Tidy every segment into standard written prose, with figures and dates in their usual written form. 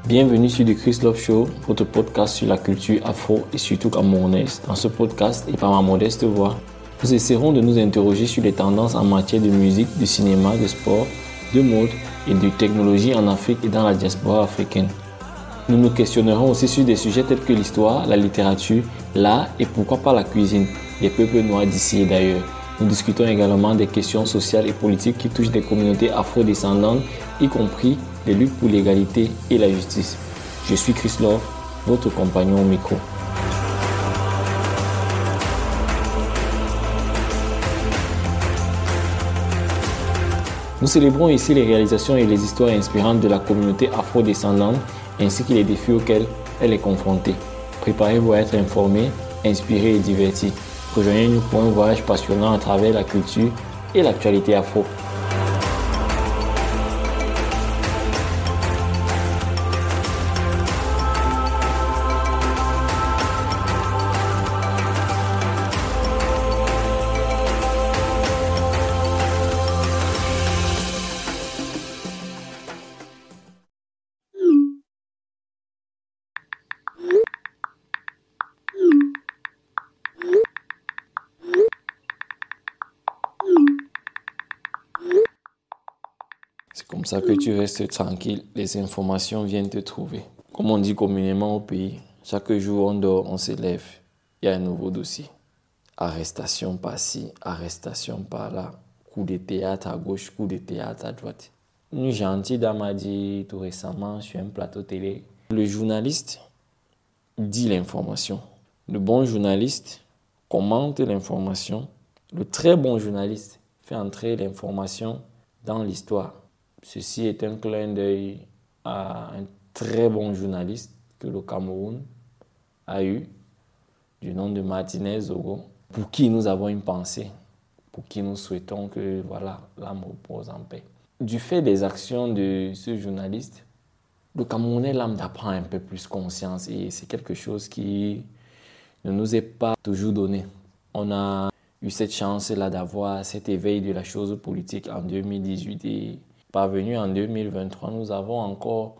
Bienvenue sur The Chris Love Show, votre podcast sur la culture afro et surtout camerounaise. Dans ce podcast et par ma modeste voix, nous essaierons de nous interroger sur les tendances en matière de musique, de cinéma, de sport, de mode et de technologie en Afrique et dans la diaspora africaine. Nous nous questionnerons aussi sur des sujets tels que l'histoire, la littérature, l'art et pourquoi pas la cuisine des peuples noirs d'ici et d'ailleurs. Nous discutons également des questions sociales et politiques qui touchent des communautés afro-descendantes, y compris les luttes pour l'égalité et la justice. Je suis Chris Love, votre compagnon au micro. Nous célébrons ici les réalisations et les histoires inspirantes de la communauté afro-descendante ainsi que les défis auxquels elle est confrontée. Préparez-vous à être informés, inspirés et divertis. Rejoignez-nous pour un voyage passionnant à travers la culture et l'actualité afro. C'est comme ça que tu restes tranquille, les informations viennent te trouver. Comme on dit communément au pays, chaque jour on dort, on se lève, il y a un nouveau dossier. Arrestation par-ci, arrestation par-là, coup de théâtre à gauche, coup de théâtre à droite. Une gentille dame a dit tout récemment sur un plateau télé, le journaliste dit l'information. Le bon journaliste commente l'information. Le très bon journaliste fait entrer l'information dans l'histoire. Ceci est un clin d'œil à un très bon journaliste que le Cameroun a eu, du nom de Martinez Zogo, pour qui nous avons une pensée, pour qui nous souhaitons que l'âme repose en paix. Du fait des actions de ce journaliste, le Camerounais lambda prend un peu plus conscience et c'est quelque chose qui ne nous est pas toujours donné. On a eu cette chance-là d'avoir cet éveil de la chose politique en 2018 et parvenu en 2023, nous avons encore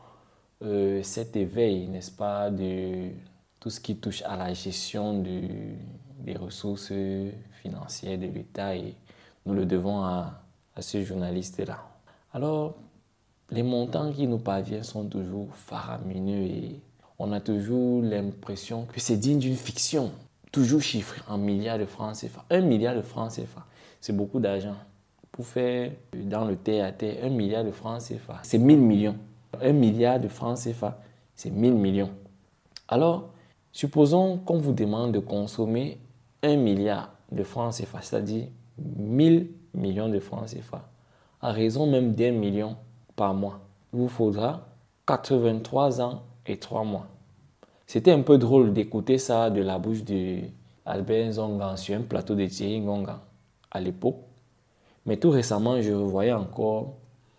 cet éveil, n'est-ce pas, de tout ce qui touche à la gestion des ressources financières de l'État et nous le devons à ce journaliste-là. Alors, les montants qui nous parviennent sont toujours faramineux et on a toujours l'impression que c'est digne d'une fiction, toujours chiffré en milliards de francs CFA. 1 milliard de francs CFA, c'est beaucoup d'argent. Pour faire dans le terre à terre, 1 milliard de francs CFA, c'est 1000 millions. 1 milliard de francs CFA, c'est 1000 millions. Alors, supposons qu'on vous demande de consommer 1 milliard de francs CFA, c'est-à-dire 1000 millions de francs CFA, à raison même d'1 million par mois. Il vous faudra 83 ans et 3 mois. C'était un peu drôle d'écouter ça de la bouche d'Albert Nzonga sur un plateau de Thierry Ngonga à l'époque. Mais tout récemment, je revoyais encore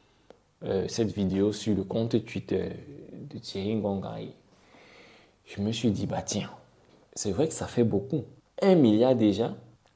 cette vidéo sur le compte Twitter de Thierry Ngonga. Je me suis dit, tiens, c'est vrai que ça fait beaucoup. 1 milliard déjà,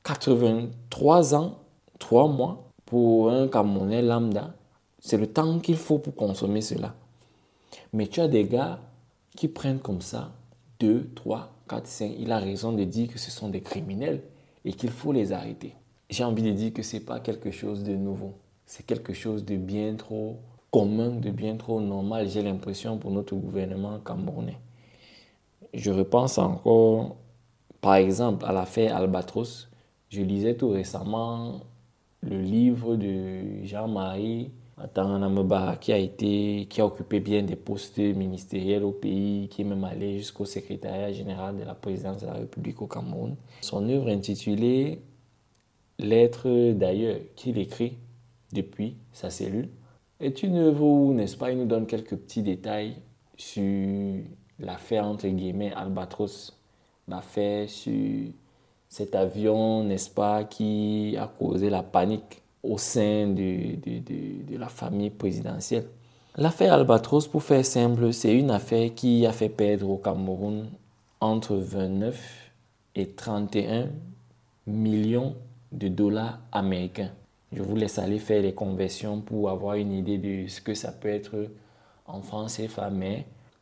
83 ans, 3 mois pour un Camerounais lambda. C'est le temps qu'il faut pour consommer cela. Mais tu as des gars qui prennent comme ça 2, 3, 4, 5. Il a raison de dire que ce sont des criminels et qu'il faut les arrêter. J'ai envie de dire que ce n'est pas quelque chose de nouveau. C'est quelque chose de bien trop commun, de bien trop normal, j'ai l'impression, pour notre gouvernement camerounais. Je repense encore, par exemple, à l'affaire Albatros. Je lisais tout récemment le livre de Jean-Marie Atanameba qui a occupé bien des postes ministériels au pays, qui est même allé jusqu'au secrétariat général de la présidence de la République au Cameroun. Son œuvre intitulée Lettre d'ailleurs qu'il écrit depuis sa cellule est une œuvre où, n'est-ce pas, il nous donne quelques petits détails sur l'affaire entre guillemets Albatros, l'affaire sur cet avion, n'est-ce pas, qui a causé la panique au sein de la famille présidentielle. L'affaire Albatros, pour faire simple, c'est une affaire qui a fait perdre au Cameroun entre 29 et 31 millions de dollars américains. Je vous laisse aller faire les conversions pour avoir une idée de ce que ça peut être en francs CFA, mais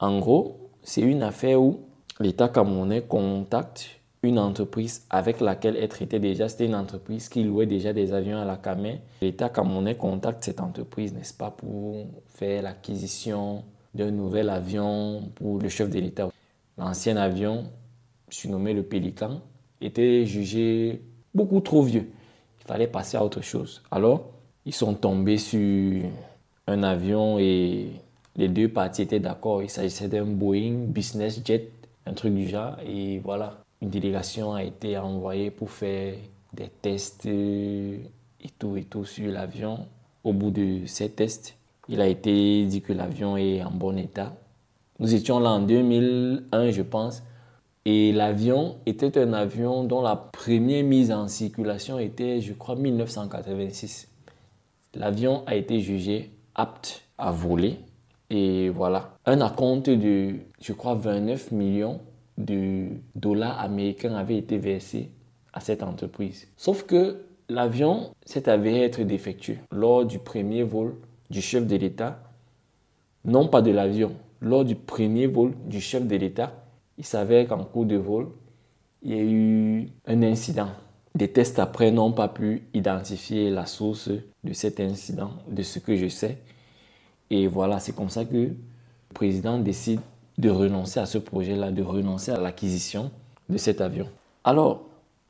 En gros, c'est une affaire où l'État camerounais contacte une entreprise avec laquelle elle traitait déjà. C'était une entreprise qui louait déjà des avions à la CAME. L'État camerounais contacte cette entreprise, n'est-ce pas, pour faire l'acquisition d'un nouvel avion pour le chef de l'État. L'ancien avion, surnommé le Pélican, était jugé beaucoup trop vieux. Il fallait passer à autre chose. Alors, ils sont tombés sur un avion et les deux parties étaient d'accord. Il s'agissait d'un Boeing Business Jet, un truc du genre. Et voilà, une délégation a été envoyée pour faire des tests et tout sur l'avion. Au bout de ces tests, il a été dit que l'avion est en bon état. Nous étions là en 2001, je pense. Et l'avion était un avion dont la première mise en circulation était, je crois, 1986. L'avion a été jugé apte à voler. Et voilà, un acompte de, je crois, 29 millions de dollars américains avait été versé à cette entreprise. Sauf que l'avion s'est avéré être défectueux. Lors du premier vol du chef de l'État, non pas de l'avion, lors du premier vol du chef de l'État, il s'avère qu'en cours de vol, il y a eu un incident. Des tests après n'ont pas pu identifier la source de cet incident, de ce que je sais. Et voilà, c'est comme ça que le président décide de renoncer à ce projet-là, de renoncer à l'acquisition de cet avion. Alors,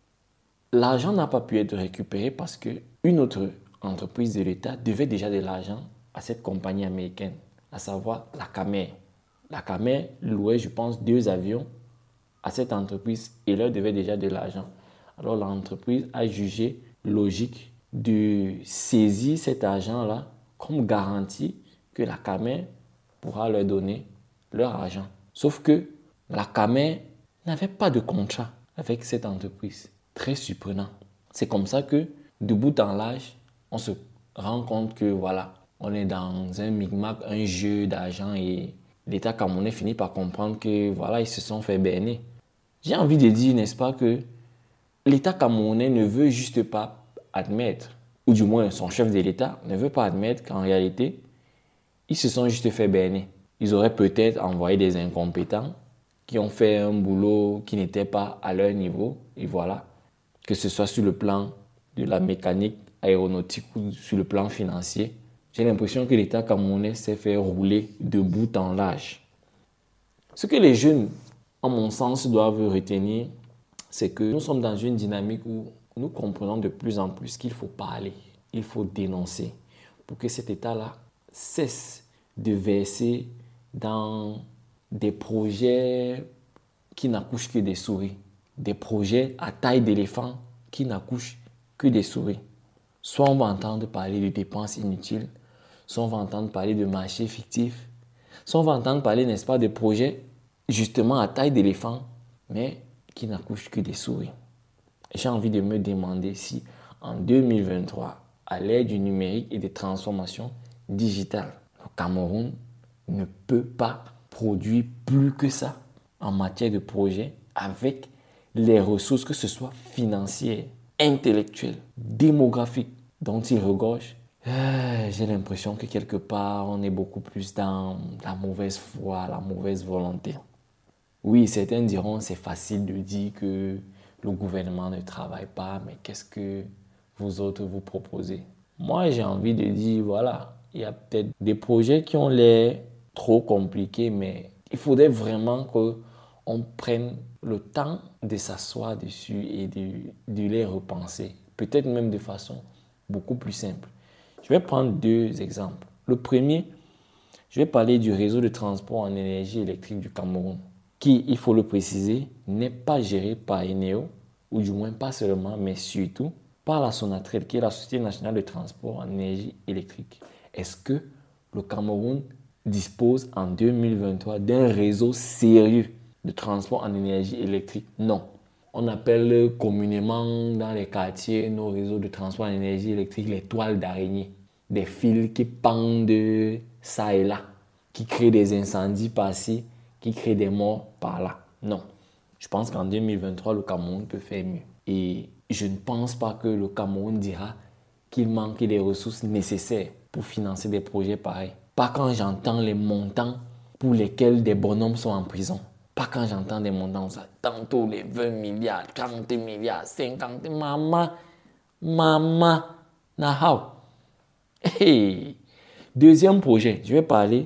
l'argent n'a pas pu être récupéré parce qu'une autre entreprise de l'État devait déjà de l'argent à cette compagnie américaine, à savoir la CAME. La CAME louait, je pense, 2 avions à cette entreprise et leur devait déjà de l'argent. Alors l'entreprise a jugé logique de saisir cet argent-là comme garantie que la CAME pourra leur donner leur argent. Sauf que la CAME n'avait pas de contrat avec cette entreprise. Très surprenant. C'est comme ça que, de bout en large, on se rend compte que voilà, on est dans un micmac, un jeu d'argent et l'État camerounais finit par comprendre que voilà, ils se sont fait berner. J'ai envie de dire, n'est-ce pas, que l'État camerounais ne veut juste pas admettre, ou du moins son chef de l'État ne veut pas admettre qu'en réalité, ils se sont juste fait berner. Ils auraient peut-être envoyé des incompétents qui ont fait un boulot qui n'était pas à leur niveau. Et voilà, que ce soit sur le plan de la mécanique aéronautique ou sur le plan financier. J'ai l'impression que l'État camerounais s'est fait rouler de bout en large. Ce que les jeunes, en mon sens, doivent retenir, c'est que nous sommes dans une dynamique où nous comprenons de plus en plus qu'il faut parler, il faut dénoncer pour que cet État-là cesse de verser dans des projets qui n'accouchent que des souris, des projets à taille d'éléphant qui n'accouchent que des souris. Soit on va entendre parler de dépenses inutiles, soit on va entendre parler de marchés fictifs, soit on va entendre parler, n'est-ce pas, de projets justement à taille d'éléphant, mais qui n'accouchent que des souris. J'ai envie de me demander si en 2023, à l'ère du numérique et des transformations digitales, le Cameroun ne peut pas produire plus que ça en matière de projets avec les ressources, que ce soit financières, intellectuelles, démographiques, dont il regorge. J'ai l'impression que quelque part, on est beaucoup plus dans la mauvaise foi, la mauvaise volonté. Oui, certains diront c'est facile de dire que le gouvernement ne travaille pas, mais qu'est-ce que vous autres vous proposez? Moi, j'ai envie de dire, voilà, il y a peut-être des projets qui ont l'air trop compliqués, mais il faudrait vraiment qu'on prenne le temps de s'asseoir dessus et de les repenser, peut-être même de façon beaucoup plus simple. Je vais prendre 2 exemples. Le premier, je vais parler du réseau de transport en énergie électrique du Cameroun, qui, il faut le préciser, n'est pas géré par Eneo, ou du moins pas seulement, mais surtout par la Sonatrach, qui est la Société nationale de transport en énergie électrique. Est-ce que le Cameroun dispose en 2023 d'un réseau sérieux de transport en énergie électrique? Non. On appelle communément dans les quartiers nos réseaux de transport en énergie électrique les toiles d'araignée. Des fils qui pendent ça et là, qui créent des incendies par-ci, qui créent des morts par-là. Non. Je pense qu'en 2023, le Cameroun peut faire mieux. Et je ne pense pas que le Cameroun dira qu'il manque des ressources nécessaires pour financer des projets pareils. Pas quand j'entends les montants pour lesquels des bonhommes sont en prison. Pas quand j'entends des montants, ça. Tantôt les 20 milliards, 40 milliards, 50, maman, now. Hey. Deuxième projet, je vais parler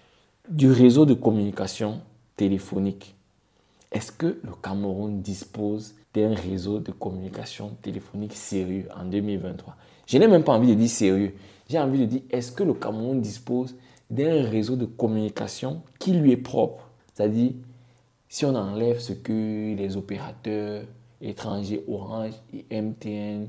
du réseau de communication téléphonique. Est-ce que le Cameroun dispose d'un réseau de communication téléphonique sérieux en 2023? Je n'ai même pas envie de dire sérieux. J'ai envie de dire, est-ce que le Cameroun dispose d'un réseau de communication qui lui est propre? C'est-à-dire, si on enlève ce que les opérateurs étrangers Orange et MTN,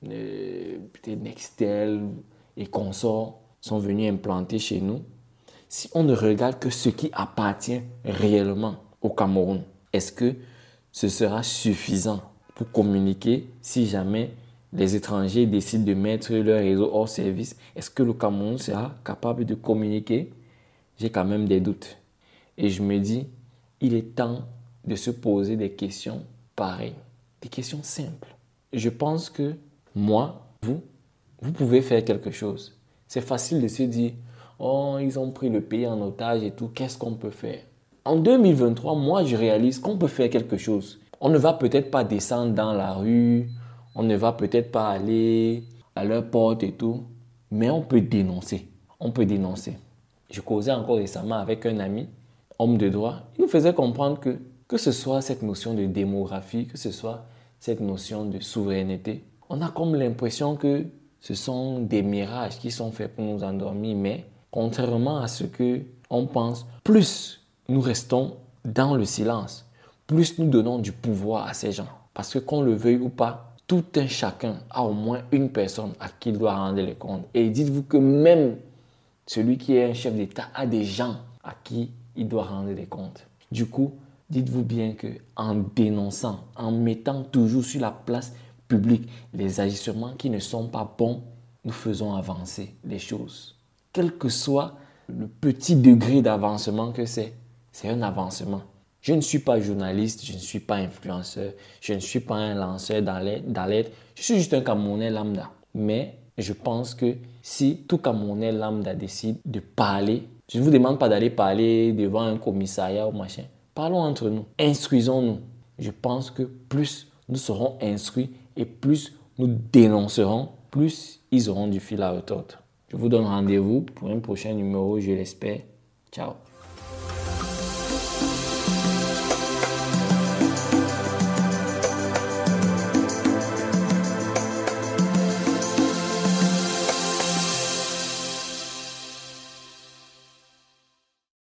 peut-être Nextel et consorts sont venus implanter chez nous, si on ne regarde que ce qui appartient réellement au Cameroun, est-ce que ce sera suffisant pour communiquer si jamais les étrangers décident de mettre leur réseau hors service? Est-ce que le Cameroun sera capable de communiquer? J'ai quand même des doutes. Et je me dis, il est temps de se poser des questions pareilles, des questions simples. Je pense que moi, vous pouvez faire quelque chose. C'est facile de se dire, oh, ils ont pris le pays en otage et tout, qu'est-ce qu'on peut faire? En 2023, moi, je réalise qu'on peut faire quelque chose. On ne va peut-être pas descendre dans la rue, on ne va peut-être pas aller à leur porte et tout, mais on peut dénoncer. On peut dénoncer. Je causais encore récemment avec un ami, homme de droit. Il nous faisait comprendre que ce soit cette notion de démographie, que ce soit cette notion de souveraineté, on a comme l'impression que ce sont des mirages qui sont faits pour nous endormir, mais contrairement à ce qu'on pense, plus nous restons dans le silence, plus nous donnons du pouvoir à ces gens. Parce que qu'on le veuille ou pas, tout un chacun a au moins une personne à qui il doit rendre les comptes. Et dites-vous que même celui qui est un chef d'État a des gens à qui il doit rendre des comptes. Du coup, dites-vous bien qu'en dénonçant, en mettant toujours sur la place publique les agissements qui ne sont pas bons, nous faisons avancer les choses. Quel que soit le petit degré d'avancement que c'est un avancement. Je ne suis pas journaliste, je ne suis pas influenceur, je ne suis pas un lanceur d'alerte, je suis juste un Camerounais lambda. Mais je pense que si tout Camerounais lambda décide de parler, je ne vous demande pas d'aller parler devant un commissariat ou machin. Parlons entre nous, instruisons-nous. Je pense que plus nous serons instruits et plus nous dénoncerons, plus ils auront du fil à retordre. Je vous donne rendez-vous pour un prochain numéro, je l'espère. Ciao.